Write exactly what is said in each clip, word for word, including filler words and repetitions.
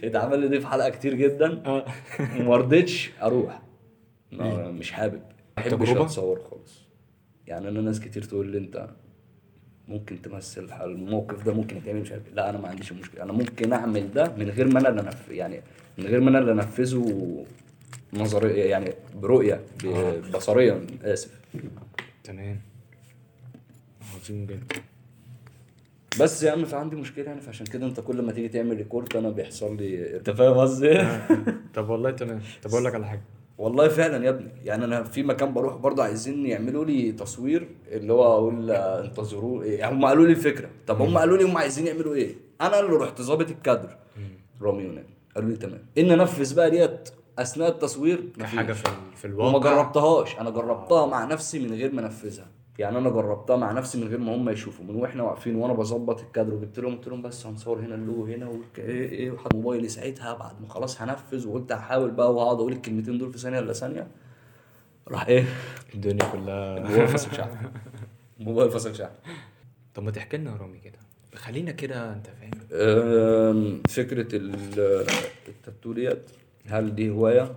اتعمل لي دي في حلقه كتير جدا اه وما رضيتش اروح. ما- مش حابب، ما بحبش تجربة؟ اتصور خالص. يعني انا ناس كتير تقول لي انت ممكن تمثل الموقف ده، ممكن يتعمل مش عارف إيه. لا انا ما عنديش مشكله، انا ممكن اعمل ده من غير ما انا اللي انفذ، يعني من غير ما انا اللي انفذه نظريا، يعني برؤيه آه. ب- بصريا اسف. تمام، عظيم جدا. بس يا عم فعندي مشكله يعني، فعشان كده انت كل ما تيجي تعمل ريكورد انا بيحصل لي، انت فاهم قصدي؟ آه. طب والله تمام. طب اقول لك على حاجه. والله فعلا يا ابني، يعني انا في مكان بروح برضه عايزين يعملوا لي تصوير، اللي هو اقول آه، انتظروا إيه، هم قالوا لي الفكره، طب هم قالوا لي هم عايزين يعملوا ايه، انا اللي رحت ظابط الكادر رامي يونان، قالوا لي تمام ان انفذ بقى ديت اثناء التصوير كحاجه مفيش. في ال- في وما الواقع. جربتهاش، انا جربتها مع نفسي من غير ما انفذها. يعني انا جربتها مع نفسي من غير ما هم يشوفوا، من واحنا واقفين وانا بظبط الكادر، وجبت لهم قلت لهم بس هنصور هنا اللوجو هنا وك- ايه ايه، وحط موبايلي ساعتها بعد ما خلاص هنفذ، وقلت هحاول بقى وهقعد اقول الكلمتين دول في ثانيه الا ثانيه، راح ايه، الدنيا كلها. الموبايل فصل شحن. الموبايل فصل شحن. طب ما تحكي لنا يا رامي كده، خلينا كده انت فاهم. أم، فكره ال- التاتو ديت، هل دي هوايه؟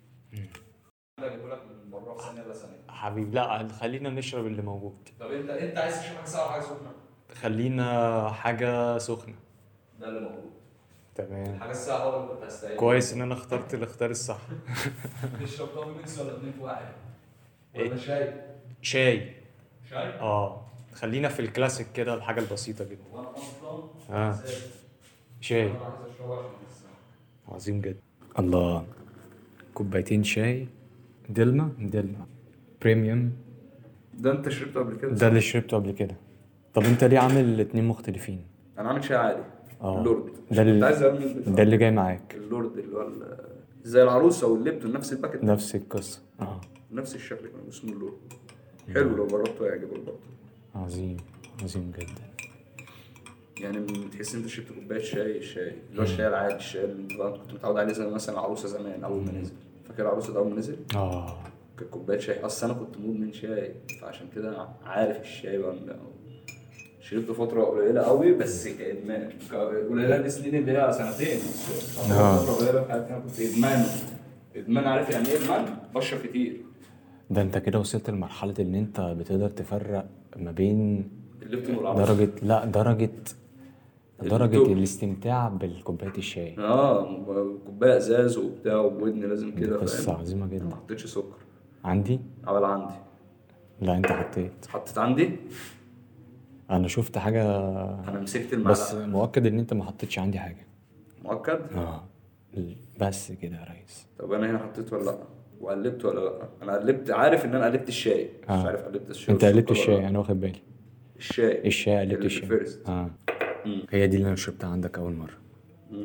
حبيبي لا، خلينا نشرب اللي موجود. طب انت انت عايز تشرب حاجه ساقعه ولا حاجه سخنه؟ خلينا حاجه سخنه. ده اللي موجود. تمام، الحاجه الساقعه هو اللي كنت هستعين. كويس ان انا اخترت الاختيار الصح. تشرب دبل ميكس ولا اتنين في واحد؟ إيه؟ ولا شاي؟ شاي. شاي؟ اه خلينا في الكلاسيك كده، الحاجه البسيطه جدا. وانا اصلا اه شاي. انا عايز اشربها عشان الساعه. عظيم جدا. الله، كوبايتين شاي دلمة دلمة بريميوم. ده انت شربته قبل كده؟ ده اللي شربته قبل كده. طب انت ليه عامل اتنين مختلفين؟ انا عامل شاي عادي. اه اللورد. ده كنت ال- عايز اعمل ده اللي جاي معاك. اللورد اللي هو ال- زي العروسه والليبتون، نفس الباكت، نفس القصة. اه نفس الشكل كمان، اسمه اللورد. حلو لو جربته هيعجبك برضه. عظيم، عظيم جدا. يعني تحس انت شربت كوبايه شاي، الشاي اللي هو الشاي العادي، الشاي اللي بقى كنت متعود عليه زي مثلا العروسه زمان اول ما نزل. فاكر العروسه ده اول ما نزل اه كانت كوبايه شاي، اصل انا كنت مدمن شاي، فعشان كده عارف الشاي بقى. شربت فتره قليله قوي بس كادمان، قليله لسنين اللي هي سنتين بس. آه. فتره قليله في حياتي انا كنت ادمان. ادمان، عارف يعني ايه ادمان؟ بشرب كتير. ده انت كده وصلت لمرحلة ان انت بتقدر تفرق ما بين الليبتون والعروسه. درجة، لا درجة درجة التوب. الاستمتاع بالكوباية الشاي. اه كوبايه ازاز وبتاع وبودن لازم دي كده، قصة فاهم؟ عظيمة ما جدا. حطيتش سكر. عندي؟ عمل عندي. لا انت حطيت. حطيت عندي. انا شفت حاجة انا مسكت بس المعلقه. مؤكد ان انت ما حطيتش عندي حاجة. مؤكد. اه بس كده يا ريس. طب انا هنا حطيت ولا لا؟ وقلبت ولا لا؟ انا قلبت، عارف ان انا قلبت الشاي، مش آه. عارف قلبت الشاي انت قلبت والسكر ولا الشاي، لا. انا واخد بالي. الشاي الشاي قلبت اللي في الشاي. الفيرست. اه مم. هي دي اللي انا شربتها عندك اول مرة. مم.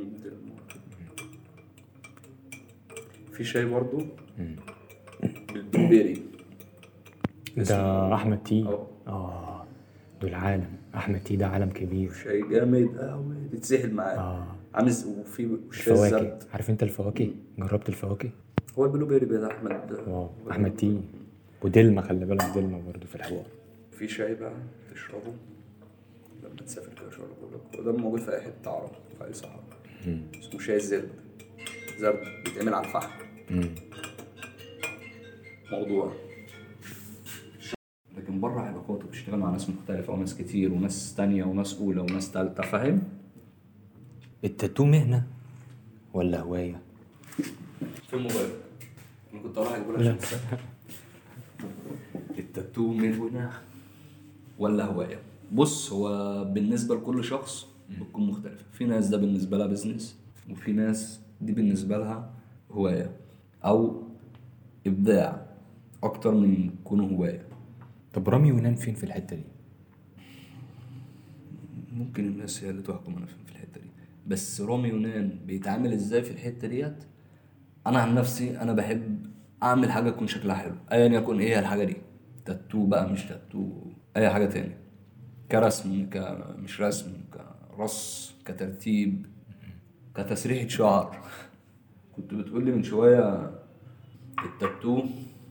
في شاي برضو بالبلو بيري. ده احمد تي. أهو. اه دول عالم. احمد تي ده عالم كبير. شاي جامد قوي تتسحل معاه. اه عامل ز- وفي الشاي فواكه، الزرد. عارف انت الفواكه؟ جربت الفواكه؟ هو البلو بيري بقى احمد. واو احمد تي. ودلمة، خلي بالك دلمة برضو في الحوار. في شاي بقى تشربه لما تسافر كده، شغل بقول لك وده موجود في اي حته عرب في اي صحراء. اسمه شاي الزرد. زرد بيتعمل على الفحم. امم موضوع. لكن بره علاقاته بيشتغل مع ناس مختلفة وناس كتير وناس تانية وناس أولى وناس تالتة، فاهم؟ التاتو مهنة ولا هواية؟ في الموبايل. أنا كنت أروح أقول عشان التاتو مهنة ولا هواية؟ بص، هو بالنسبة لكل شخص بتكون مختلفة. في ناس ده بالنسبة لها بيزنس، وفي ناس دي بالنسبة لها هواية أو إبداع أكتر من كونه هواية. طب رامي يونان فين في الحتة دي؟ ممكن الناس هي اللي تحكم انا في الحته دي، بس رامي يونان بيتعامل ازاي في الحته ديت. انا عن نفسي انا بحب اعمل حاجه تكون شكلها حلو ايا يكن ايه الحاجه دي، تاتو بقى مش تاتو، اي حاجه تاني، كرسم ك مش رسم، كرص، كترتيب، كتسريحه شعر. كنت بتقولي من شويه التاتو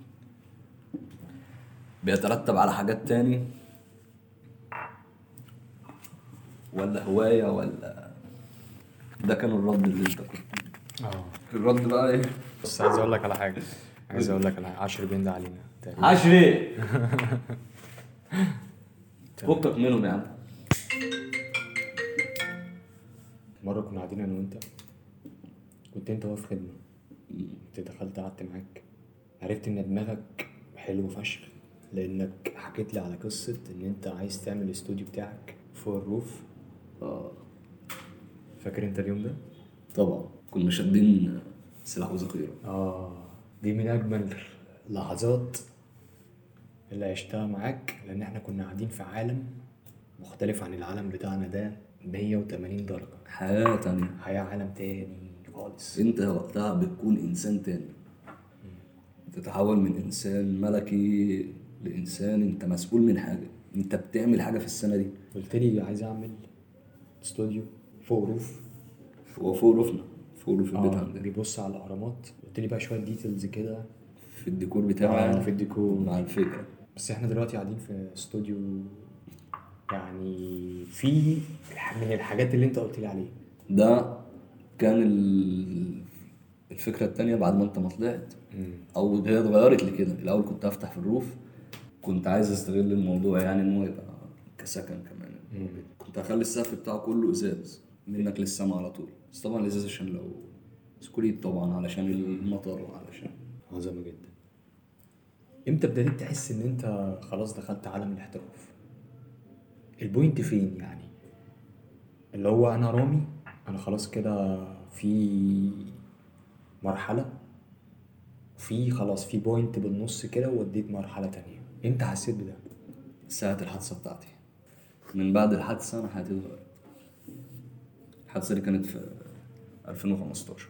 بيترتب على حاجات تاني ولا هوايه ولا ده كان الرد اللي انت كنت. اه الرد بقى ايه؟ بس عايز اقول لك على حاجه عايز اقول لك على حاجه عشر بين ده علينا تقريبا. عشرة. فكك منهم يا عم. مره كنا قاعدين انا وانت، كنت انت واقف خدمه، كنت دخلت قعدت معاك، عرفت ان دماغك حلو فشخ، لانك حكيت لي على قصه ان انت عايز تعمل الاستوديو بتاعك فوق الروف. اه فاكر انت اليوم ده؟ طبعا كنا شادين سلاح وذخيره. اه دي من اجمل لحظات اللي عشتها معاك، لان احنا كنا قاعدين في عالم مختلف عن العالم بتاعنا ده مية وتمانين درجه، حياه تانية. حياه عالم تاني خالص. انت وقتها بتكون انسان تاني، تتحول من انسان ملكي لانسان انت مسؤول من حاجه، انت بتعمل حاجه في السنه دي. قلت لي عايز اعمل استوديو فوق روف، هو فوق روفنا، فوق روف البيت اه عندنا، بيبص على الاهرامات. قلت لي بقى شويه ديتيلز كده في الديكور بتاعه آه، يعني، في الديكور. مع الفكره. بس احنا دلوقتي قاعدين في استوديو يعني في من الحاجات اللي انت قلت لي عليها. ده كان ال- الفكره التانية بعد ما انت ما طلعت، او هي اتغيرت لكده. الاول كنت افتح في الروف، كنت عايز استغل الموضوع يعني ان هو يبقى كسكن كمان. كنت اخلي السقف بتاعه كله ازاز منك للسما على طول، بس طبعا الازاز عشان لو سكريت طبعا، علشان المطر وعلشان. عظمه جدا. امتى ابتديت تحس ان انت خلاص دخلت عالم الاحتراف؟ البوينت فين يعني؟ اللي هو انا رامي، انا خلاص كده في مرحله، في خلاص في بوينت بالنص كده ووديت مرحله تانية. انت حسيت بده؟ ساعة الحادثة بتاعتي، من بعد الحادثة انا حياتي اتغيرت. الحادثة دي كانت في ألفين وخمستاشر.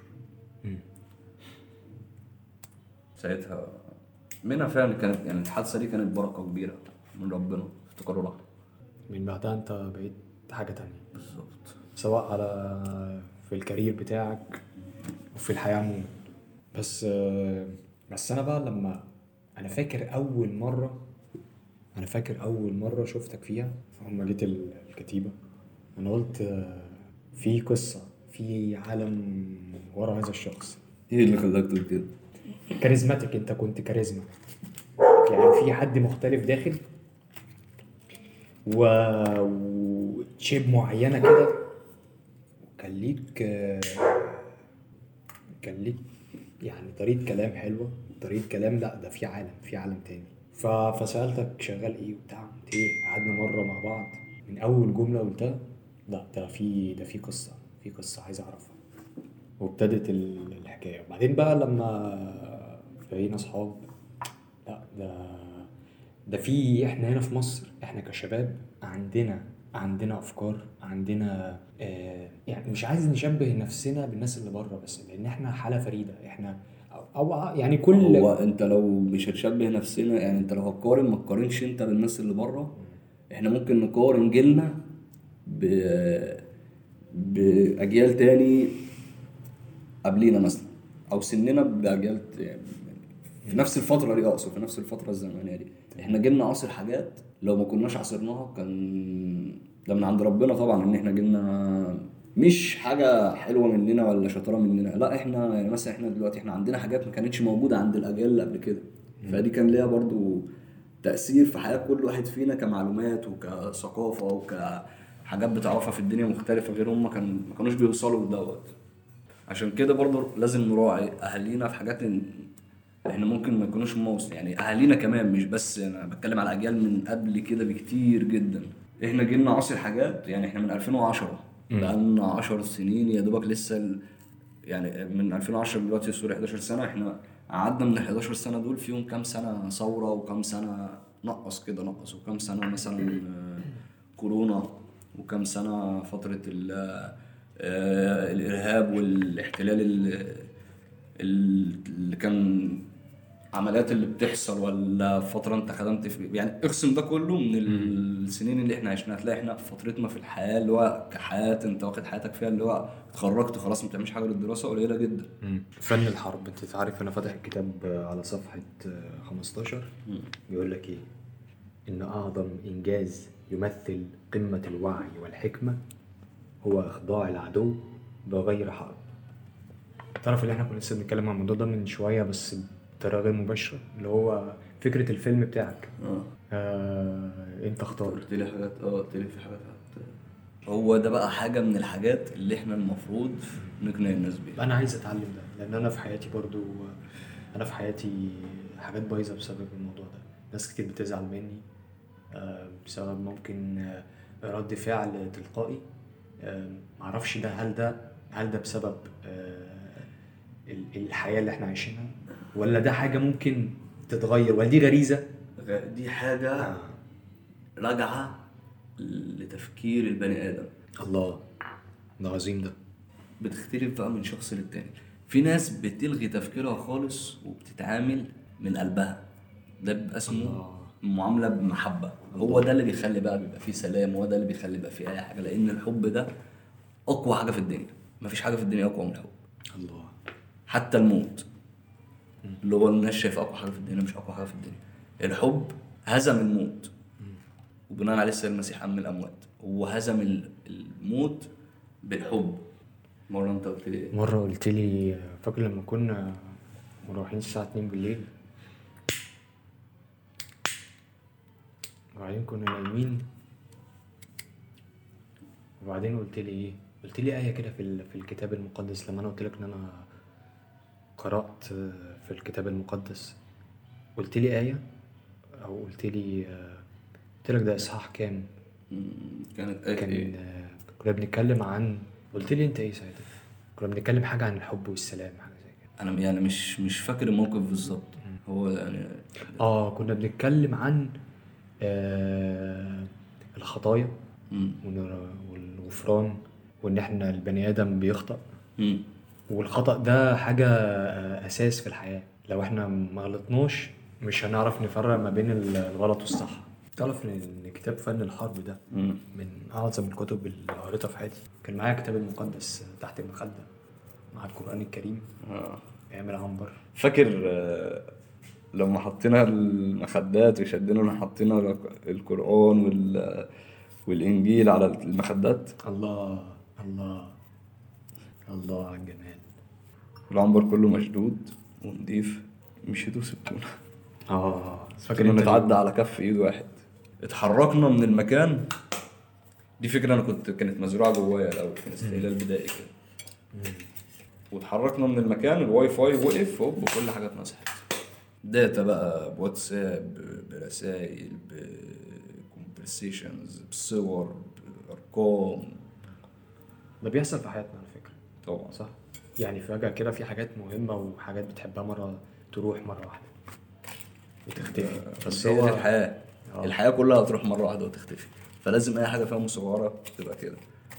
ساعتها منها فعلا كانت يعني الحادثة دي كانت بركة كبيرة من ربنا في تقررها. من بعدها انت بقيت حاجه تانية بالظبط. سواء على في الكارير بتاعك وفي الحياة عموما. بس بس انا بقى لما انا فاكر اول مرة انا فاكر اول مرة شفتك فيها، فهم جيت ال- الكتيبة، انا قلت في قصة، في عالم ورا هذا الشخص. ايه اللي خلاك تقول كده؟ كاريزماتيك، انت كنت كاريزما، يعني في حد مختلف داخل و وتشيب معينة كده، وكان ليك كان ليك يعني طريقة كلام حلوة، طريقة كلام لا ده في عالم في عالم تاني. ف... فسألتك شغال ايه وبتاع، قلت ايه، قعدنا مرة مع بعض، من أول جملة قلتها لا ده في ده في قصة في قصة عايز أعرفها، وابتدت ال- الحكاية. وبعدين بقى لما بقينا أصحاب، لا ده ده في احنا هنا في مصر، احنا كشباب عندنا عندنا افكار، عندنا آه يعني مش عايز نشبه نفسنا بالناس اللي بره، بس لان احنا حالة فريدة، احنا او, أو يعني كل هو انت لو مش هتشبه نفسنا يعني، انت لو هتقارن ما تقارنش انت بالناس اللي بره. احنا ممكن نقارن جيلنا ب... باجيال تاني قبلينا مثلا، او سننا باجيال يعني في نفس الفتره دي، اقصد في نفس الفتره الزمنيه دي. احنا جيلنا عاصر حاجات لو ما كناش عاصرناها كان ده من عند ربنا طبعا، ان احنا جيلنا مش حاجه حلوه مننا ولا شطاره مننا، لا احنا يعني مثلا احنا دلوقتي احنا عندنا حاجات ما كانتش موجوده عند الاجيال اللي قبل كده، فدي كان ليها برضو تاثير في حياه كل واحد فينا كمعلومات وكثقافه وكحاجات بتعرفها في الدنيا مختلفه غير هم كان ما كانوش بيوصلوا لدوت. عشان كده برضو لازم نراعي اهالينا في حاجات إن احنا ممكن ما يكونوش موصل يعني. اهالينا كمان مش بس، انا بتكلم على اجيال من قبل كده بكتير جدا. احنا جيلنا عصر حاجات يعني، احنا من ألفين وعشرة بقالنا عشر سنين يا دوبك لسه ال... يعني من ألفين وعشرة دلوقتي سوري حداشر سنه، احنا قعدنا من ال حداشر سنه دول فيهم كام سنه ثوره وكام سنه نقص كده نقص، وكام سنه مثلا آه، كورونا، وكام سنه فتره ال... آه، الارهاب والاحتلال ال- اللي كان عمليات اللي بتحصل، ولا فترة انت خدمت في يعني، اقسم ده كله من السنين اللي احنا عشنا. هتلاقي احنا في فترتنا في الحياة اللي هو كحياة انت واخد حياتك فيها، اللي هو اتخرجت خلاص ما بتعملش حاجة للدراسة، قليلة جدا. فن الحرب، انت تعرف انا فاتح الكتاب على صفحة خمستاشر، بيقول لك ايه، ان اعظم انجاز يمثل قمة الوعي والحكمة هو اخضاع العدو بغير حق. تعرف اللي احنا كنا لسه بنتكلم عن الموضوع ده من شويه بس بطريقه غير مباشره، اللي هو فكره الفيلم بتاعك. اه آه انت اختار. قلت لي حاجات، اه قلت لي في حاجات هت... هو ده بقى حاجة من الحاجات اللي احنا المفروض نقنع الناس بيها. انا عايز اتعلم ده لان انا في حياتي برضو، انا في حياتي حاجات بايظه بسبب الموضوع ده. ناس كتير بتزعل مني آه، بسبب ممكن آه، رد فعل تلقائي. آه، معرفش ده هل ده هل ده بسبب آه، ال- الحياه اللي احنا عايشينها، ولا ده حاجه ممكن تتغير، ولا دي غريزه. غ- دي حاجة راجعة لتفكير البني آدم. الله، ده عظيم ده. بتختلف بقى من شخص للتاني. في ناس بتلغي تفكيرها خالص وبتتعامل من قلبها، ده بيبقى اسمه الله. معاملة بمحبة. هو ده اللي بيخلي بقى بيبقى فيه سلام، هو ده اللي بيخلي بقى فيه أي حاجة، لأن الحب ده أقوى حاجة في الدنيا. مفيش حاجة في الدنيا أقوى من الحب. الله. حتى الموت اللي هو الناس شايف أقوى حاجة في الدنيا، مش أقوى حاجة في الدنيا. الحب هزم الموت، وبناء عليه السيد المسيح أم الأموات. هو هزم ال- الموت بالحب. مرة أنت قلت لي إيه؟ مره قلت لي، فاكر لما كنا مروحين الساعه اتنين بالليل وبعدين كنا نايمين، وبعدين قلت لي ايه، قلت لي آية كده في ال- في الكتاب المقدس. لما انا قلت لك ان انا قرأت في الكتاب المقدس، قلت لي آية او قلت لي قلت لك ده اصحاح كام؟ مم، كانت آية كان إيه؟ كنا بنتكلم عن، قلت لي انت ايه ساعتها؟ كنا بنتكلم حاجة عن الحب والسلام، حاجة زي كده. أنا يعني مش مش فاكر الموقف بالظبط. هو يعني اه كنا بنتكلم عن آه الخطايا مم. والر- والغفران، وان احنا البني ادم بيخطأ، مم. والخطأ ده حاجة آه، أساس في الحياة. لو احنا ما غلطناش مش هنعرف نفرق ما بين ال- الغلط والصح. تعرف ان كتاب فن الحرب ده مم. من أعظم الكتب اللي قريتها في حياتي. كان معايا كتاب المقدس تحت المخدة مع القرآن الكريم آه. أيام العنبر. فاكر آه، لما حطينا المخدات وشدنا حطينا القرآن وال والإنجيل على المخدات، الله الله الله على الجمال. العنبر كله مشدود ونضيف، مش يدوس سبتونا. اه كنا نتعدى على كف ايد واحد. اتحركنا من المكان. دي فكرة انا كنت كانت مزروعة جوايا الاول في الاستهلال البدائي كده. واتحركنا من المكان، الواي فاي وقف هوب وكل حاجة اتمسحت. داتا بقى بواتساب، برسائل، بكونفرسيشنز، بصور، بارقام. ده بيحصل في حياتنا على فكرة. طبعا صح، يعني فجأة كده في حاجات مهمة وحاجات بتحبها مرة تروح مرة واحدة وتختفي. بس هي دي الحياة. آه. الحياة كلها هتروح مرة واحدة وتختفي، فلازم اي حاجة فيها مصغرة تبقى كده.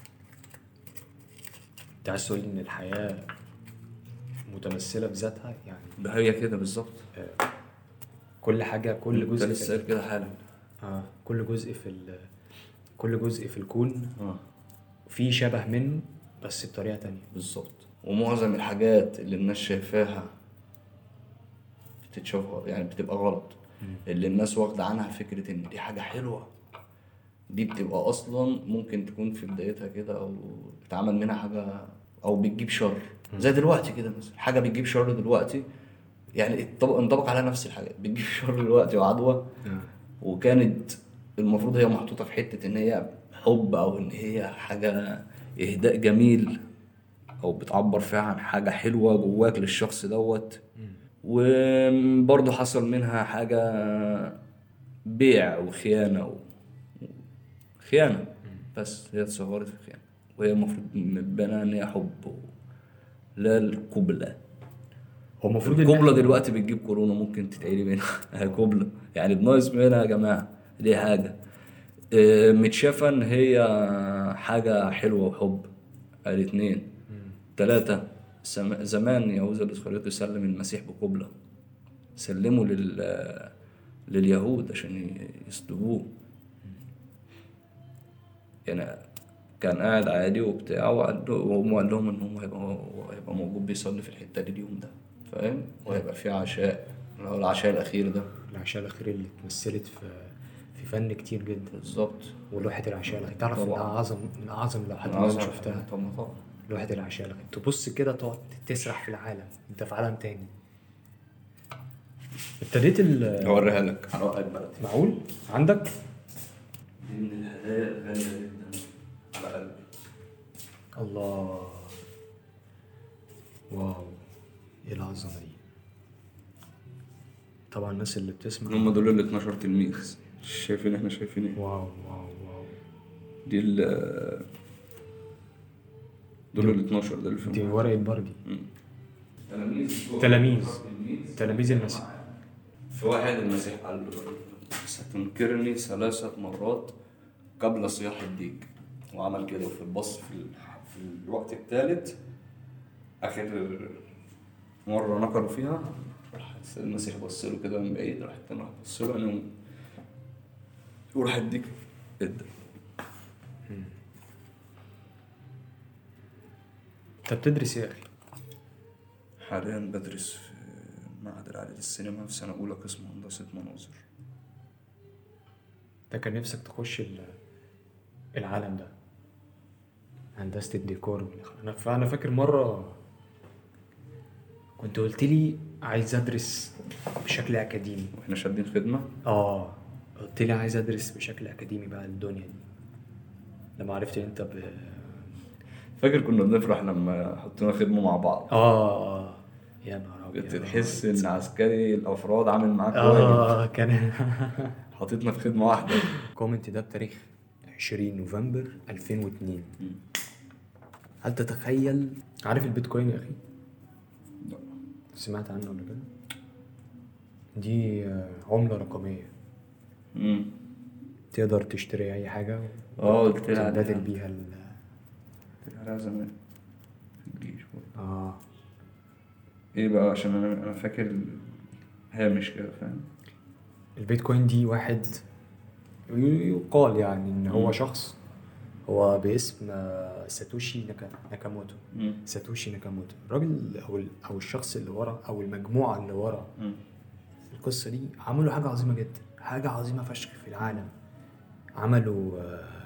انت عايز تقول ان الحياة متمثلة بذاتها يعني؟ ده هي كده بالظبط. كل حاجة، كل انت جزء لسه في قايل كده حالا. اه كل جزء في ال... كل جزء في الكون اه فيه شبه منه بس بطريقة تانية. بالظبط. ومعظم الحاجات اللي الناس شايفاها بتتشاف يعني بتبقى غلط. اللي الناس واخدة عنها فكرة ان دي حاجة حلوة، دي بتبقى اصلا ممكن تكون في بدايتها كده او بتعمل منها حاجة او بتجيب شر. زي دلوقتي كده مثلا حاجة بتجيب شر دلوقتي، يعني اتطبق انطبق عليها نفس الحاجة بتجيب شر دلوقتي وعدوى. وكانت المفروض هي محطوطة في حتة ان هي حب او ان هي حاجة اهداء جميل او بتعبر فيها عن حاجة حلوة جواك للشخص دوت. وبرضه حصل منها حاجة بيع وخيانة و... خيانة، بس هي اتصغرت في خيانة، وهي المفروض مبنى ان هي حب و... لا القبلة. هو المفروض القبلة دلوقتي بتجيب كورونا، ممكن تتعيلي منها. هي قبلة يعني بناقص منها يا جماعة. دي حاجة اه، متشافة ان هي حاجة حلوة وحب. الاتنين. تلاتة، سم... زمان يهوذا الإسخريوطي يسلم المسيح بقبلة، سلموا لل... لليهود عشان يصلبوه. يعني كان قاعد عادي وبتاع وقال له- وهم قال لهم ان هو هيبقى هيبقى موجود بيصلي في الحته دي اليوم ده، فاهم؟ وهيبقى في عشاء اللي هو العشاء الاخير ده. العشاء الأخير اللي اتمثلت في في فن كتير جدا، بالظبط. ولوحة العشاء الأخير تعرف إنها طبعاً. أعظم من أعظم اللوحات من اللي أنا أعظم شفتها. طبعا طبعا لوحة العشاء، تبص كده تقعد تسرح في العالم، انت في عالم تاني. ابتديت ال اوريها لك على ورقه بلدي. معقول عندك؟ دي من الهدايا الغاليه جدا على قلبي. الله، واو، ايه العظمه دي. طبعا الناس اللي بتسمع هم دول ال اتناشر تلميذ، شايفين احنا شايفين ايه. واو واو واو، دي ال دول ال اتناشر ده اللي دي فيهم ورقه باربي. تلاميذ تلاميذ تلاميذ المسيح. في واحد المسيح قال له ستنكرني ثلاثة مرات قبل صياح الديك، وعمل كده. وفي البص في, ال... في الوقت الثالث آخر مرة نقلوا فيها، راح المسيح بص له كده من بعيد، راح التاني راح بص له أنا وراح الديك ادى. انت بتدرس ايه يا اخي؟ حاليا بدرس في معهد العالي للسينما في سنة أولى قسم هندسة مناظر. ده كان نفسك تخش ال- العالم ده، هندسة الديكور والإخراج. انا فا- انا فاكر مرة كنت قلت لي عايز ادرس بشكل اكاديمي. واحنا شادين خدمة. اه قلت لي عايز ادرس بشكل اكاديمي بقى الدنيا دي، لما عرفت ان انت ب... فاكر كنا بنفرح لما حطينا خدمة مع بعض. اه اه يا نهار ابيض. كنت تحس ان عسكري الافراد عامل معاك واجب، اه كان حاططنا في خدمة واحدة. كومنت ده بتاريخ عشرين نوفمبر ألفين واثنين. هل تتخيل، عارف البيتكوين يا اخي؟ لا. سمعت عنه ولا كده؟ دي آه، عملة رقمية، امم تقدر تشتري اي حاجة اه قلت لها وتبادل عليها. بيها ال... قلت لها عليها زمان في الجيش برضه. اه ايه بقى، عشان انا انا فاكر هامش كده فاهم. البيتكوين دي واحد يقال يعني ان هو مم. شخص، هو باسم آه، ساتوشي ناكا- ناكاموتو. مم. ساتوشي ناكاموتو الراجل او ال- او الشخص اللي ورا او المجموعه اللي ورا مم. القصه دي عملوا حاجه عظيمه جدا، حاجه عظيمه فشخ في العالم. عملوا آه،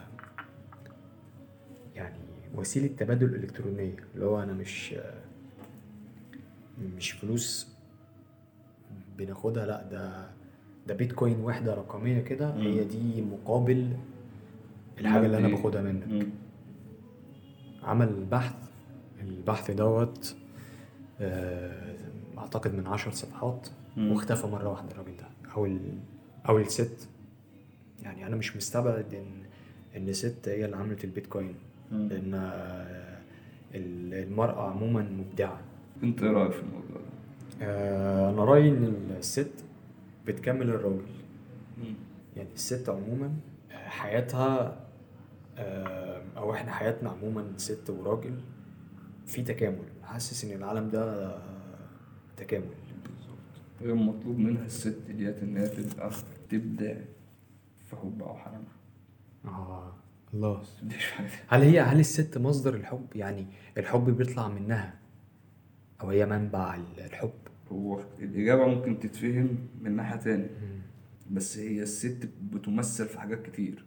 يعني وسيله تبادل الكترونيه، اللي هو انا مش آه، مش فلوس بناخدها، لا ده ده بيتكوين وحده رقميه كده، مم. هي دي مقابل الحاجه اللي انا مادي. باخدها منك. مم. عمل بحث، البحث دوت آه، اعتقد من عشر صفحات، مم. واختفى مره واحده الراجل ده او ال... او الست. يعني انا مش مستبعد ان ان ست هي اللي عملت البيتكوين، مم. لان آه، ال- المراه عموما مبدعه. انت ايه رايك في الموضوع ده؟ آه، انا رايي ان الست بتكمل الراجل. مم. يعني الست عموما آه، حياتها آه، او احنا حياتنا عموما ست وراجل في تكامل. حاسس ان العالم ده آه، تكامل. غير مطلوب منها الست ديت ان هي تبقى تبدع في حبها وحنانها. اه الله. متبداش في حاجة. هل هي هل الست مصدر الحب؟ يعني الحب بيطلع منها او هي منبع الحب؟ هو الإجابة ممكن تتفهم من ناحية تاني، بس هي الست بتمثل في حاجات كتير.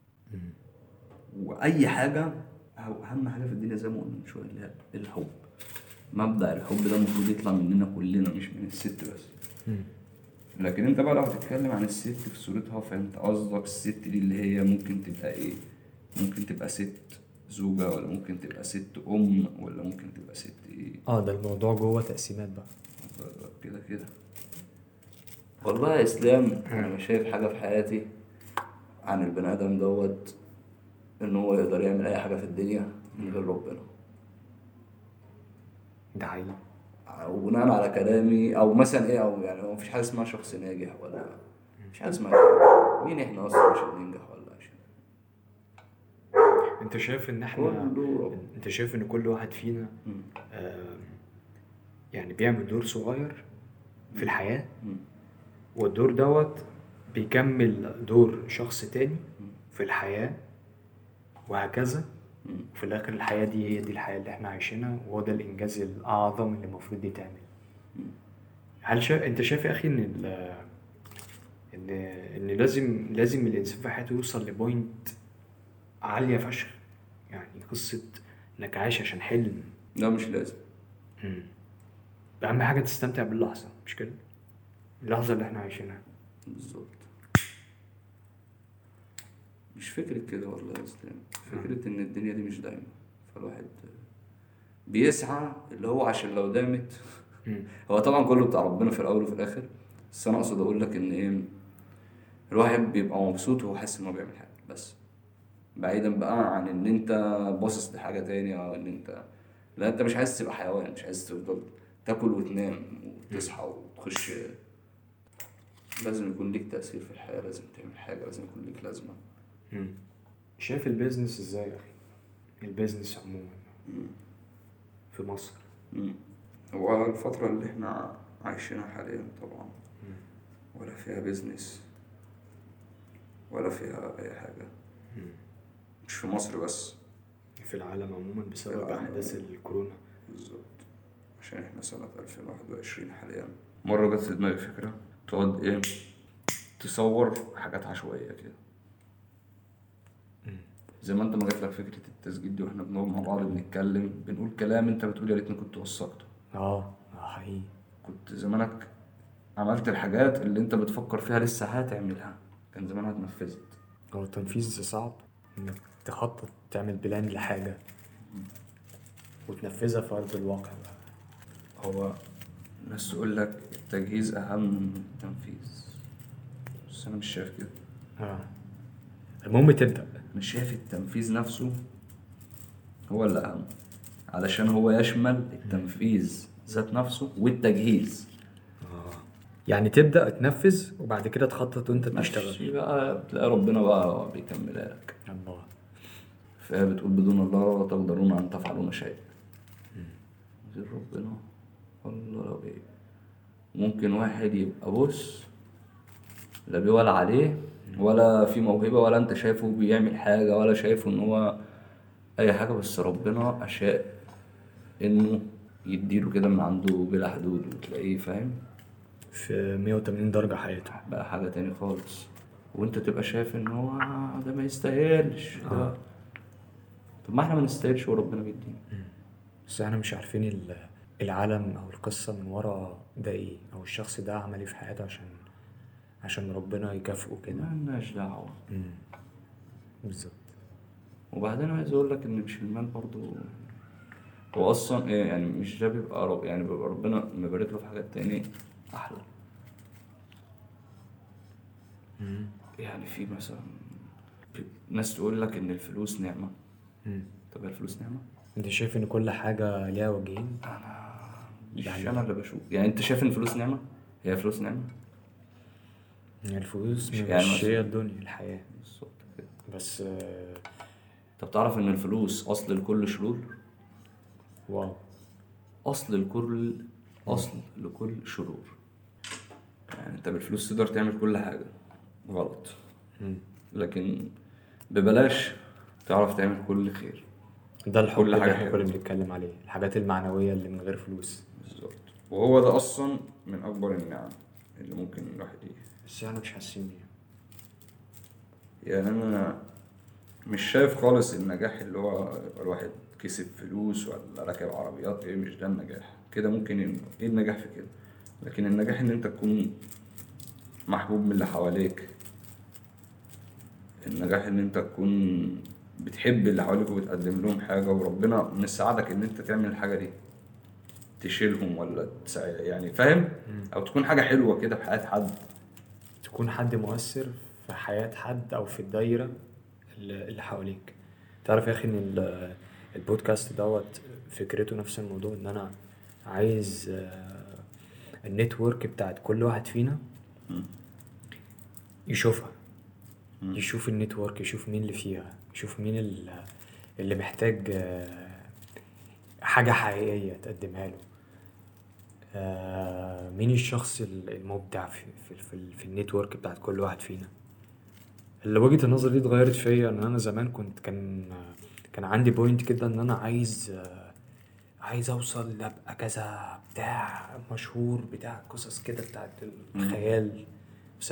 وأي حاجة أو أهم حاجة في الدنيا زي ما قلنا من شوية اللي هي الحب. مبدأ الحب ده المفروض يطلع مننا كلنا مش من الست بس. لكن انت بقى لو هتتكلم عن الست في صورتها، فانت قصدك الست دي اللي هي ممكن تبقى ايه؟ ممكن تبقى ست زوجة، ولا ممكن تبقى ست أم، ولا ممكن تبقى ست ايه؟ اه ده الموضوع جوه تقسيمات بقى. كده كده. والله يا اسلام انا مش شايف حاجه في حياتي عن البني ادم دوت ان هو يقدر يعمل اي حاجه في الدنيا من غير ربنا. ده حقيقي. وبناء على كلامي او مثلا ايه، او يعني هو مفيش حاجه اسمها شخص ناجح، ولا مفيش حاجه اسمها كده. مين احنا اصلا عشان ننجح ولا عشان انت شايف ان احنا كله؟ انت شايف ان كل واحد فينا مم. آه يعني بيعمل دور صغير في الحياة، مم. والدور دوت بيكمل دور شخص تاني في الحياة، وهكذا. مم. وفي الاخر الحياة دي هي دي الحياة اللي احنا عايشينها، وهو ده الانجاز الاعظم اللي المفروض يتعمل. هل شا... انت شايف يا اخي ان ال... ان ان لازم لازم الانسان في حياته يوصل لبوينت عالية فشخ؟ يعني قصة انك عايش عشان حلم. لا مش لازم. مم. اهم حاجه تستمتع باللحظه، مش كده؟ اللحظه اللي احنا عايشينها. بالظبط. مش فكرة كده والله يا اسلام، فكرة ان الدنيا دي مش دايما، فالواحد بيسعى اللي هو عشان لو دامت. مم. هو طبعا كله بتاع ربنا في الاول وفي الاخر، بس انا اقصد اقول لك ان ايه، الواحد بيبقى مبسوط وهو حاسس ان هو بيعمل حاجة بس، بعيدا بقى عن ان انت باصص لحاجة تانية او ان انت، لا انت مش عايز تبقى حيوان، مش عايز تفضل تاكل وتنام وتصحى وتخش. لازم يكون ليك تأثير في الحياة، لازم تعمل حاجة، لازم يكون ليك لازمة. مم. شايف البيزنس ازاي يا اخي؟ البيزنس عموما في مصر. مم. هو الفترة اللي احنا عايشينها حاليا طبعا ولا فيها بيزنس ولا فيها أي حاجة. مش في مصر بس، في العالم عموما بسبب العالم احداث عموماً. الكورونا. بالظبط، عشان احنا سنة ألفين وواحد وعشرين حاليا. مرة جت في دماغي فكرة تقعد ايه، تصور حاجات عشوائية كده، زي ما انت ما جات لك فكرة التسجيل دي واحنا بنقعد مع بعض بنتكلم بنقول كلام انت بتقول يا ريتني كنت وثقته. اه اه حقيقي. كنت زمانك عملت الحاجات اللي انت بتفكر فيها لسه هتعملها، كان زمانها اتنفذت. هو التنفيذ صعب، انك تخطط تعمل بلان لحاجة وتنفذها في أرض الواقع بقى. هو الناس تقول لك التجهيز أهم من التنفيذ، بس أنا مش شايف كده. اه المهم تبدأ. مش شايف التنفيذ نفسه هو اللي أهم، علشان هو يشمل التنفيذ ذات نفسه والتجهيز. يعني تبدأ تنفذ وبعد كده تخطط وانت بتشتغل. ماشي بقى، بتلاقي ربنا بقى بيكملها لك. الله. فهي بتقول بدون الله لا تقدرون أن تفعلون شيء. غير ربنا الله لو إيه، ممكن واحد يبقى بص لا بيولع عليه ولا في موهبة ولا انت شايفه بيعمل حاجة ولا شايفه ان هو اي حاجة، بس ربنا اشاء انه يديله كده من عنده بلا حدود، وتلاقيه فاهم في مية وتمانين درجة حياته بقى حاجة تاني خالص، وانت تبقى شايف ان هو ده ما يستاهلش ده. طب ما احنا ما نستاهلش وربنا بيدينا. بس احنا مش عارفين ال- العالم او القصة من ورا ده ايه، او الشخص ده عمل ايه في حياته عشان عشان ربنا يكافئه كده. ما لناش دعوة. بالظبط. وبعدين عايز اقول لك ان مش المال برضو هو اصلا ايه، يعني مش ده بيبقى رب، يعني بيبقى ربنا مبارك له في حاجات تانية احلى. يعني في مثلا في ناس تقول لك ان الفلوس نعمة. طب الفلوس نعمة؟ انت شايف ان كل حاجة ليها وجهين؟ مش يعني- انا اللي بشوف، يعني انت شايف ان الفلوس نعمة؟ هي فلوس نعمة؟ يعني الفلوس مش مش يعني هي مثلا- الدنيا الحياة. بالظبط كده. بس آه، طب تعرف ان الفلوس اصل لكل شرور؟ واو. اصل لكل اصل لكل شرور. يعني انت بالفلوس تقدر تعمل كل حاجة غلط، لكن ببلاش تعرف تعمل كل خير. ده الحب كل اللي حاجة احنا حلوة. كنا بنتكلم عليه، الحاجات المعنوية اللي من غير فلوس. بالظبط، وهو ده اصلا من اكبر النعم اللي ممكن الواحد يه. بس احنا مش حاسين بيها. يعني انا مش شايف خالص النجاح اللي هو يبقى الواحد كسب فلوس ولا راكب عربيات، ايه مش ده النجاح كده. ممكن ايه النجاح في كده، لكن النجاح ان انت تكون محبوب من اللي حواليك. النجاح ان انت تكون بتحب اللي حواليك وبتقدم لهم حاجة، وربنا مساعدك ان انت تعمل الحاجة دي، تشيلهم ولا تساعد، يعني فاهم، او تكون حاجة حلوة كده في حياة حد. تكون حد مؤثر في حياة حد او في الدايرة اللي اللي حواليك. تعرف يا اخي ان ال- البودكاست دوت فكرته نفس الموضوع، ان انا عايز آه، النتورك بتاعت كل واحد فينا يشوفها، يشوف النتورك، يشوف مين اللي فيها، يشوف مين ال- اللي محتاج آه، حاجة حقيقية تقدمها له. آه، مين الشخص المبدع في في في, في النتورك بتاعت كل واحد فينا. اللي وجهة النظر دي اتغيرت فيا، ان انا زمان كنت كان كان عندي بوينت كده ان انا عايز آه، عايز اوصل لابقى كذا بتاع مشهور بتاع قصص كده بتاعت الخيال،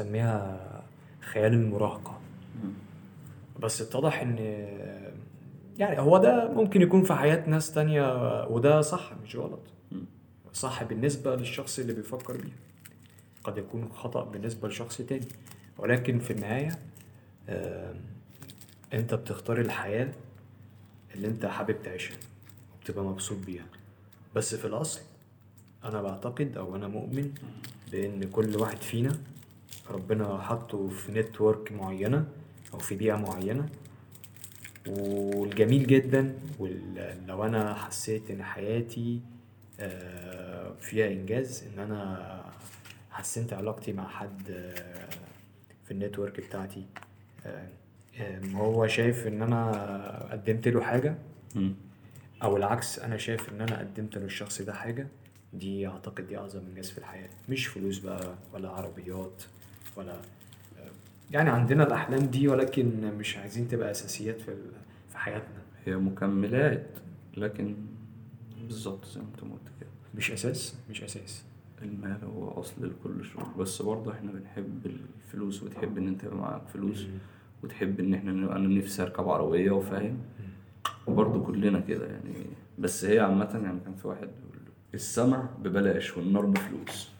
بسميها خيال المراهقة. بس اتضح ان يعني هو ده ممكن يكون في حياة ناس تانية، وده صح مش غلط. مم. صح بالنسبة للشخص اللي بيفكر بيها، قد يكون خطأ بالنسبة لشخص تاني. ولكن في النهاية آم، انت بتختار الحياة اللي انت حابب تعيشها وبتبقى مبسوط بيها. بس في الأصل أنا بعتقد أو أنا مؤمن بأن كل واحد فينا ربنا حطه في نتورك معينة أو في بيئة معينة. والجميل جدا ولو أنا حسيت إن حياتي آه، فيها إنجاز، إن أنا حسنت علاقتي مع حد آه، في النتورك بتاعتي، آه، آم، هو شايف إن أنا قدمت له حاجة، مم. او العكس انا شايف ان انا قدمت للشخص ده حاجة. دي اعتقد دي اعظم انجاز في الحياة. مش فلوس بقى ولا عربيات ولا يعني عندنا الاحلام دي، ولكن مش عايزين تبقى اساسيات في ال- في حياتنا. هي مكملات، لكن بالظبط زي ما انت قلت كده، مش اساس مش اساس المال هو اصل لكل شغل. بس برضه احنا بنحب الفلوس، وتحب ان انت يبقى معاك فلوس، وتحب ان احنا نبقى- انا نفسي اركب عربية وفاهم، وبرضه كلنا كده يعني. بس هي عامة يعني كان في واحد بيقول السما ببلاش والنار بفلوس.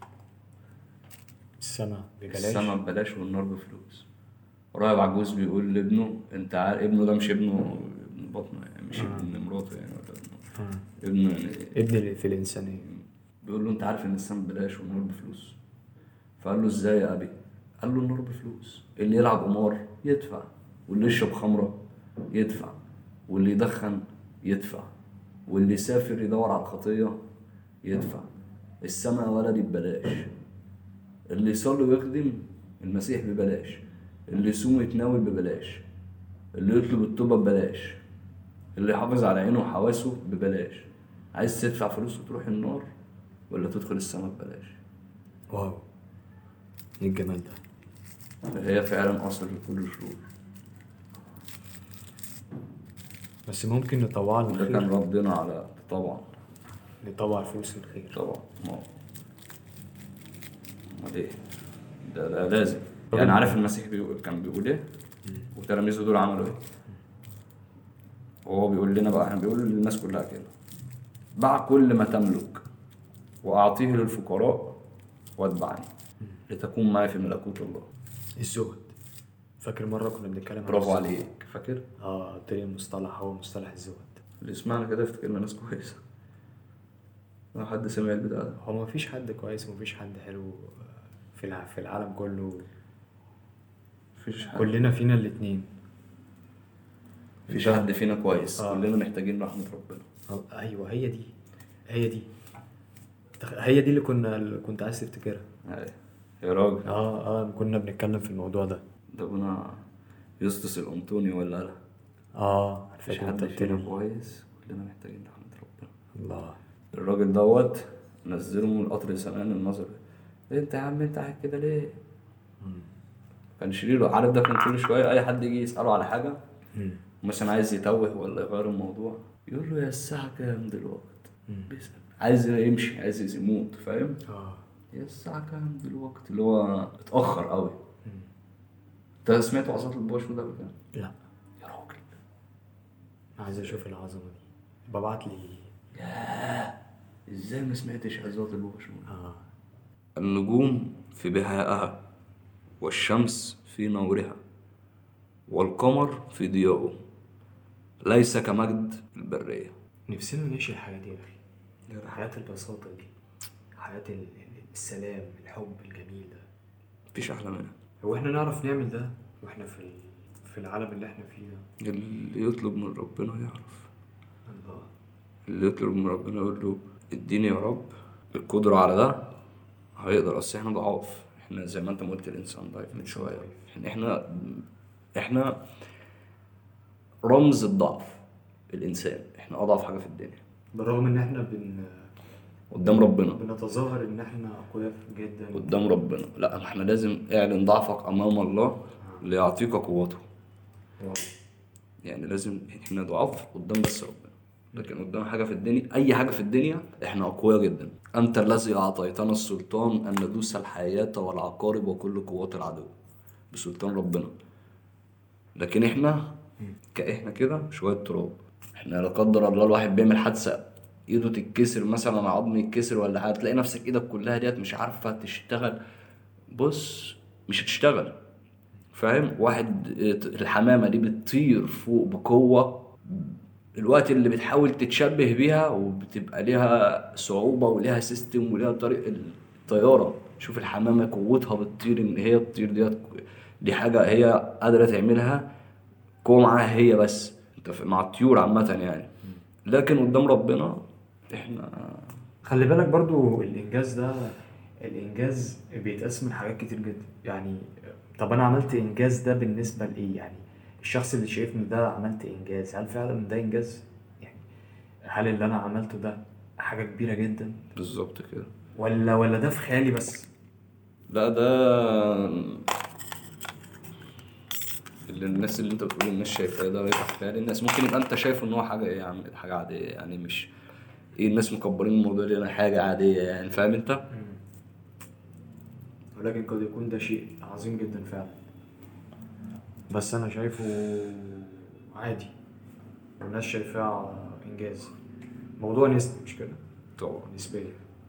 السما ببلاش. السما ببلاش والنار بفلوس. قريب عجوز بيقول لابنه، انت عارف ابنه ده مش ابنه ابن بطنه يعني، مش ابن مراته يعني، ولا ابنه آه. ابنه يعني. ابن اللي في الانسانية. بيقول له انت عارف ان السما ببلاش والنار بفلوس؟ فقال له ازاي يا ابي؟ قال له النار بفلوس. اللي يلعب قمار يدفع، واللي يشرب خمرة يدفع، واللي يدخن يدفع، واللي يسافر يدور على الخطية يدفع. السما يا ولدي ببلاش. اللي يصلي ويخدم المسيح ببلاش، اللي يصوم ويتناول ببلاش، اللي يطلب التوبة ببلاش، اللي يحافظ على عينه وحواسه ببلاش. عايز تدفع فلوس وتروح النار، ولا تدخل السما ببلاش؟ واو، ايه الجمال ده. هي فعلا أصل لكل الشرور. بس ممكن نطوع ده كان الخير، ردنا على طبعا. نطوع فلوس الخير. طبعا ما امال ايه؟ ده, ده لازم طب يعني. انت- عارف المسيح بيقول كان بيقول ايه؟ وتلاميذه دول عملوا ايه؟ وهو بيقول لنا بقى، احنا بيقول للناس كلها كده: باع كل ما تملك وأعطيه للفقراء واتبعني لتكون معي في ملكوت الله. الزهد. فاكر مرة كنا بنتكلم عن برافو الزهد؟ عليك، فاكر؟ اه قلت لي المصطلح هو مصطلح الزهد. اللي يسمعنا كده يفتكرنا ناس كويسة. لو حد سمع البتاع ده، هو ما فيش حد كويس وما فيش حد حلو في الع- في العالم كله. مفيش حد كلنا فينا الاتنين. مفيش حد فينا كويس. آه. كلنا محتاجين رحمة ربنا. آه، ايوه هي دي هي دي تخ- هي دي اللي كنا اللي كنت عايز تفتكرها. هاي. يا راجل، اه اه كنا بنتكلم في الموضوع ده. ده ابونا يسطس الأنطوني ولا لا؟ اه مفيش فاكر انت حد قلت فينا لي. كويس، كلنا محتاجين رحمة ربنا. الله. الراجل دوت نزله من القطر زمان النظر. إيه انت يا عم انت قاعد كده ليه؟ كان شرير. عارف ده كان كل شويه اي حد يجي يساله على حاجه، مم. مثلا عايز يتوه ولا يغير الموضوع، يقول له يا الساعه كام دلوقتي؟ مم. بيسال عايز يمشي، عايز يموت، فاهم؟ اه يا الساعه كام دلوقتي، اللي هو اتاخر قوي. مم. انت سمعت وعظات البوش ده قبل كده؟ لا، يا راجل، عايز اشوف العظمه دي. ببعت لي. ازاي ما سمعتش عظات البوش؟ اه النجوم في بهائها، والشمس في نورها، والقمر في ضيائه، ليس كمجد البرية. نفسنا نعيش الحياه دي يا اخي، حياه البساطه دي، حياه ال- السلام، الحب الجميل ده. مفيش أحلى منها. هو احنا نعرف نعمل ده واحنا في ال- في العالم اللي احنا فيه ده؟ اللي يطلب من ربنا يعرف. الله. اللي يطلب من ربنا يقول له اديني يا رب القدرة على ده، هيقدر. أصل احنا ضعاف، احنا زي ما انت ما قلت الإنسان ضعيف من شوية. احنا احنا احنا رمز الضعف. الإنسان احنا أضعف حاجة في الدنيا بالرغم ان احنا بن قدام ربنا. بنتظاهر ان احنا اقوياء جدا قدام ربنا لا، احنا لازم اعلن ضعفك أمام الله ليعطيك قوته. واو. يعني لازم احنا ضعاف قدام بس ربنا، لكن قدام حاجة في الدنيا، أي حاجة في الدنيا إحنا أقوياء جدا. أنت الذي أعطيتنا السلطان أن ندوس الحياة والعقارب وكل قوات العدو، بسلطان ربنا. لكن إحنا كاحنا كده شويه تراب. احنا لا قدر الله الواحد بيعمل حادثه ايده تتكسر مثلا، عظم يتكسر ولا حاجه، تلاقي نفسك ايدك كلها ديت مش عارفه تشتغل. بص مش هتشتغل، فاهم؟ واحد الحمامه دي بتطير فوق بقوه، الوقت اللي بتحاول تتشبه بيها وبتبقى ليها صعوبة وليها سيستم وليها طريق الطيارة. شوف الحمامة قوتها بتطير، ان هي تطير ديت دي حاجة هي قادرة تعملها، قوة معاها هي بس، انت ف- مع الطيور عامة يعني. لكن قدام ربنا احنا خلي بالك برضو الانجاز ده، الانجاز بيتقسم لحاجات كتير جدا يعني. طب انا عملت انجاز ده بالنسبه لايه يعني؟ الشخص اللي شايفني ده عملت انجاز، هل فعلا ده انجاز يعني؟ هل اللي انا عملته ده حاجه كبيره جدا، بالظبط كده. ولا ولا ده في خيالي بس؟ لا ده اللي الناس اللي انت بتقول الناس شايفاه ده يبقى خيال الناس، ممكن يبقى انت شايف ان هو حاجة ايه يا عم، حاجة عادية يعني، مش ايه الناس مكبرين الموضوع ليه حاجة عادية يعني، فاهم انت؟ ولكن قد يكون ده شيء عظيم جدا فعلا، بس انا شايفه عادي والناس شايفاه انجاز. موضوع نسبي مش كده؟ طبعا. نسبيا.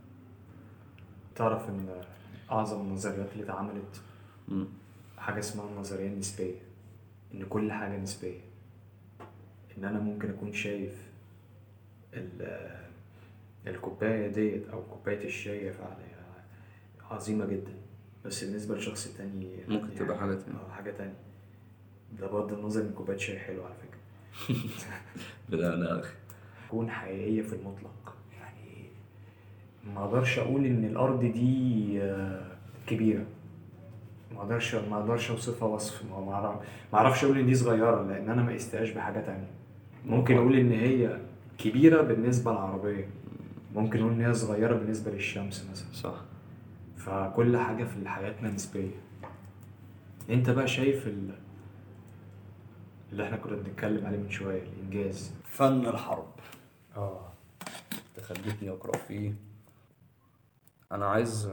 تعرف ان اعظم النظريات اللي اتعملت مم. حاجه اسمها النظريه النسبيه، ان كل حاجه نسبيه. ان انا ممكن اكون شايف ال- الكوبايه ديت او كوبايه الشاي فعلا عظيمه جدا، بس بالنسبه لشخص تاني ممكن دي تبقى حاجه حاجة تانية. آه، حاجه تانية. ده بغض النظر ان كوبايه شاي حلوه على فكره. لا انا اخي. تكون حقيقيه في المطلق يعني. ما اقدرش اقول ان الارض دي آه، كبيره، ما اقدرش ما اقدرش اوصفها وصف، ما ما اعرف ما اعرفش اقول ان دي صغيره لان انا ما قستهاش بحاجه تانية. ممكن اقول ان هي كبيره بالنسبه للعربيه، ممكن اقول ان هي صغيره بالنسبه للشمس مثلا. صح. فكل حاجه في حياتنا نسبيه. انت بقى شايف ال- اللي احنا كنا بنتكلم عليه من شويه، الانجاز. فن الحرب اه. تخلتني اقرا فيه. انا عايز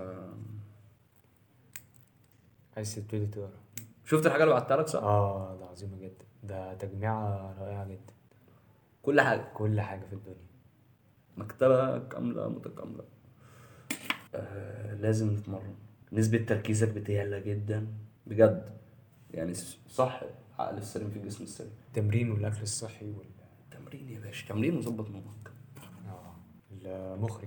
عايز تبتدي تقرا؟ شفت الحاجه اللي بعتها لك صح؟ اه ده عظيمه جدا، ده تجميعه رائعه جدا. كل حاجه، كل حاجه في الدنيا. مكتبه كامله متكامله. آه لازم نتمرن، نسبه تركيزك بتعلى جدا بجد يعني. س- صح، عقل السليم في الجسم السليم. التمرين والاكل الصحي وال تمرين يا باشا، تمرين وظبط نومك. اه المخرج،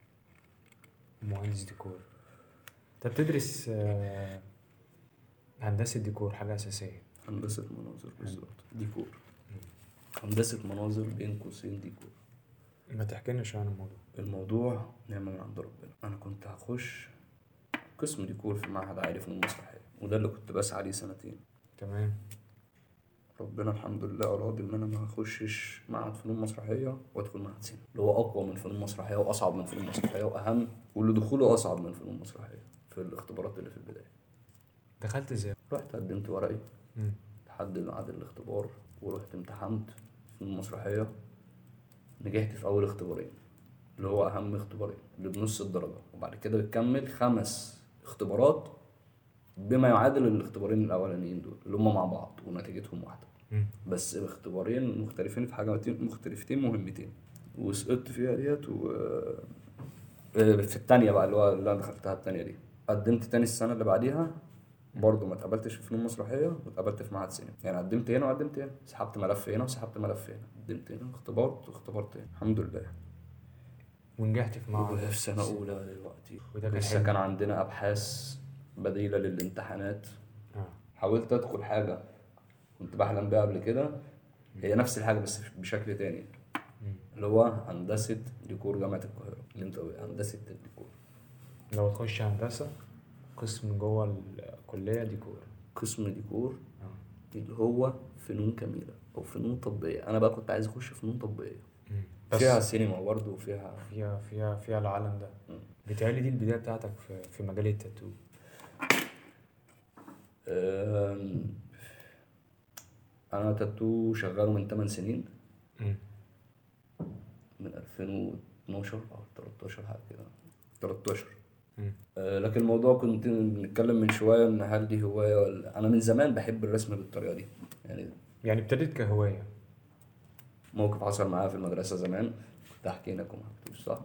مهندس ديكور. انت بتدرس آه، هندسة ديكور، حاجة أساسية. هندسه مناظر بالظبط، ديكور. هندسه مناظر بين قوسين ديكور. ما تحكي لنا شوية عن الموضوع. الموضوع نعمة من عند ربنا. أنا كنت هخش قسم ديكور في معهد عالي فنون مسرحية، وده اللي كنت بسعى ليه سنتين. تمام. ربنا الحمد لله أراد إن أنا ما أخشش معهد فنون مسرحية وأدخل معهد سينما، اللي هو أقوى من فنون مسرحية وأصعب من فنون مسرحية وأهم، واللي دخوله أصعب من فنون مسرحية في الاختبارات اللي في البداية. دخلت ازاي؟ رحت قدمت ورقي مم. لحد ميعاد الاختبار، ورحت امتحنت فنون مسرحية. نجحت في أول اختبارين اللي هو أهم اختبارين اللي بنص الدرجة، وبعد كده بتكمل خمس اختبارات بما يعادل الاختبارين الأولانيين دول اللي هم مع بعض ونتيجتهم واحدة. مم. بس اختبارين مختلفين في حاجتين مختلفتين مهمتين، وسقطت فيها ديت و آه، في التانية بقى اللي هو اللي أنا دخلتها التانية دي. قدمت تاني السنة اللي بعديها برضه ما اتقبلتش في فنون مسرحية واتقبلت في معهد سينما. يعني قدمت هنا وقدمت هنا، سحبت ملف هنا وسحبت ملف هنا، قدمت هنا اختبرت واختبرت هنا، الحمد لله. ونجحت في معهد وفي سنة السينما. أولى دلوقتي وده كان لسه حلم. كان عندنا أبحاث بديلة للامتحانات. اه. حاولت أدخل حاجة كنت بحلم بيها قبل كده، هي نفس الحاجة بس بشكل تاني، مم. اللي هو هندسة ديكور جامعة القاهرة، اللي انت هندسة الديكور. لو تخش هندسة قسم جوه الكلية ديكور. قسم ديكور اه. اللي هو فنون كاملة أو فنون تطبيقية. أنا بقى كنت عايز أخش فنون تطبيقية مم. فيها بس سينما برضه وفيها فيها فيها فيها العالم ده. مم. بيتهيألي دي البداية بتاعتك في في مجال التاتو. أم، أنا تاتو شغاله من ثماني سنين، مم. من ألفين واثناشر أو تلتاشر حاجة كده، تلتاشر. مم. أه، لكن الموضوع كنت بنتكلم من شوية إن هل دي هواية ولا أنا من زمان بحب الرسم بالطريقة دي يعني. يعني ابتديت كهوايه. موقف حصل معايا في المدرسه زمان كنت احكي لكم مش صح.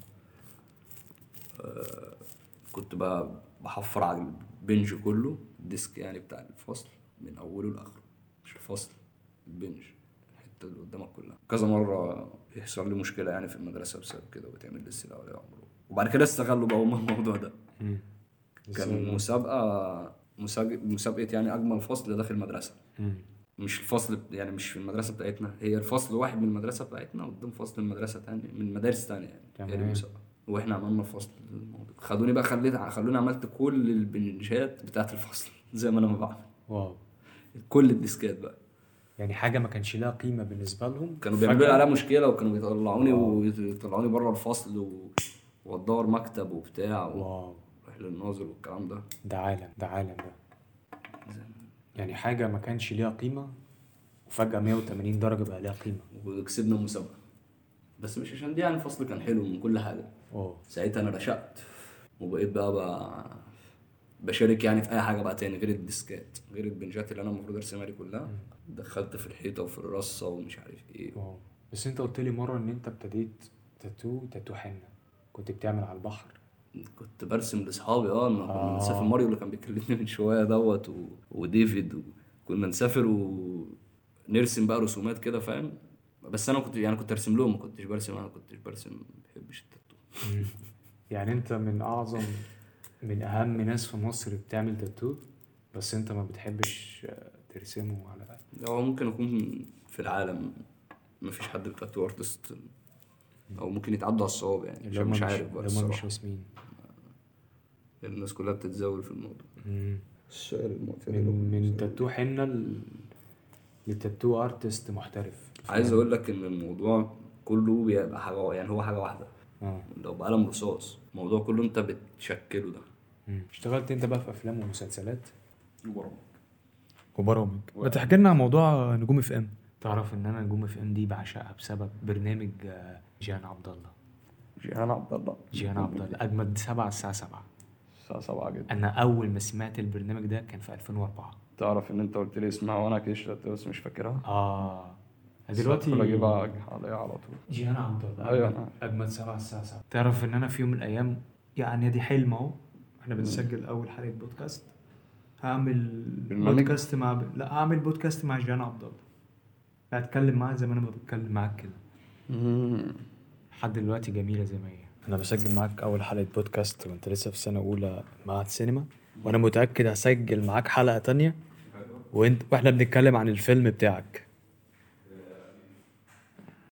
آه كنت بقى بحفر على البنج كله الديسك يعني بتاع الفصل من اوله لاخره، مش الفصل البنج الحته اللي قدامك كلها. كذا مره يحصل لي مشكله يعني في المدرسه بسبب كده وتعمل لي استدعاء ولي امر، وبعد كده استغلوا بقى هم الموضوع ده. كان مسابقه مسابقه مسابقه يعني اجمل فصل داخل المدرسه. مم. مش الفصل يعني مش في المدرسه بتاعتنا، هي الفصل واحد من المدرسه بتاعتنا قدام فصل المدرسه تاني من مدارس تانية يعني. هي المسابقه واحنا عملنا الفصل الموضوع. خدوني بقى خليت خلوني عملت كل البنجات بتاعت الفصل زي ما انا ما بعمل. واو. كل الديسكات بقى يعني حاجه ما كانش لها قيمه بالنسبه لهم كانوا بيعملوا لي عليها مشكله وكانوا بيطلعوني ويطلعوني بره الفصل و... وادور مكتب وبتاع واو واروح للناظر والكلام ده. ده عالم ده عالم ده يعني حاجه ما كانش ليها قيمه وفجاه مية وتمانين درجه بقى ليها قيمه. وكسبنا مسابقه بس مش عشان دي يعني الفصل كان حلو من كل حاجه. اوه ساعتها انا رشقت وبقيت بقى, بقى بشارك يعني في اي حاجه بقى تاني غير الديسكات غير البنجات اللي انا المفروض ارسمها دي كلها. م. دخلت في الحيطه وفي الرصه ومش عارف ايه. واو. بس انت قلت لي مره ان انت ابتديت تاتو تاتو حنه كنت بتعمل على البحر. كنت برسم لاصحابي اه كنا آه. نسافر ماريو اللي كان بيكلمني من شويه دوت و... وديفيد وكنا نسافر ونرسم بقى رسومات كده فاهم. بس انا كنت يعني كنت ارسم لهم ما كنتش برسم انا كنتش برسم ما بحبش التاتو. يعني انت من اعظم من اهم ناس في مصر بتعمل تاتو بس انت ما بتحبش ترسمه على. هو ممكن اكون في العالم ما فيش حد بتاتو ارتست او ممكن يتعدوا على الصواب يعني مش, مش عارف بقى الصراحه مش رسمين. الناس كلها بتتزاول في الموضوع. من من تاتو حنه ل... لتاتو ارتست محترف. عايز اقول لك ان الموضوع كله بيبقى حاجه يعني هو حاجه واحده. اه لو بقلم رصاص الموضوع كله انت بتشكله ده. مم. اشتغلت انت بقى في افلام ومسلسلات وبرامج وبرامج ما تحكي لنا عن موضوع نجوم اف ام. تعرف ان انا نجوم اف ام دي بعشقها بسبب برنامج جيهان عبد الله. جيهان عبد الله جيهان عبد الله اجمد سبعة الساعه سبعة الساعه سبعة جدا. انا اول ما سمعت البرنامج ده كان في ألفين وأربعة. تعرف ان انت قلت لي اسمها وانا كشفت بس مش فاكرها. اه دلوقتي بجيبها عليها على طول. جيهان عبد الله ايوه اجمد سبعة الساعه سبعة. تعرف ان انا في يوم من الايام يعني دي حلم اهو احنا بنسجل اول حلقه بودكاست هعمل بودكاست مع ب... لا هعمل بودكاست مع جيهان عبد الله هتكلم معاه زي ما انا بتكلم معاك كده. لحد دلوقتي جميله زي ما هي. انا بسجل معاك اول حلقه بودكاست وانت لسه في سنه اولى معهد سينما وانا متاكد هسجل معاك حلقه تانية وانت واحنا بنتكلم عن الفيلم بتاعك.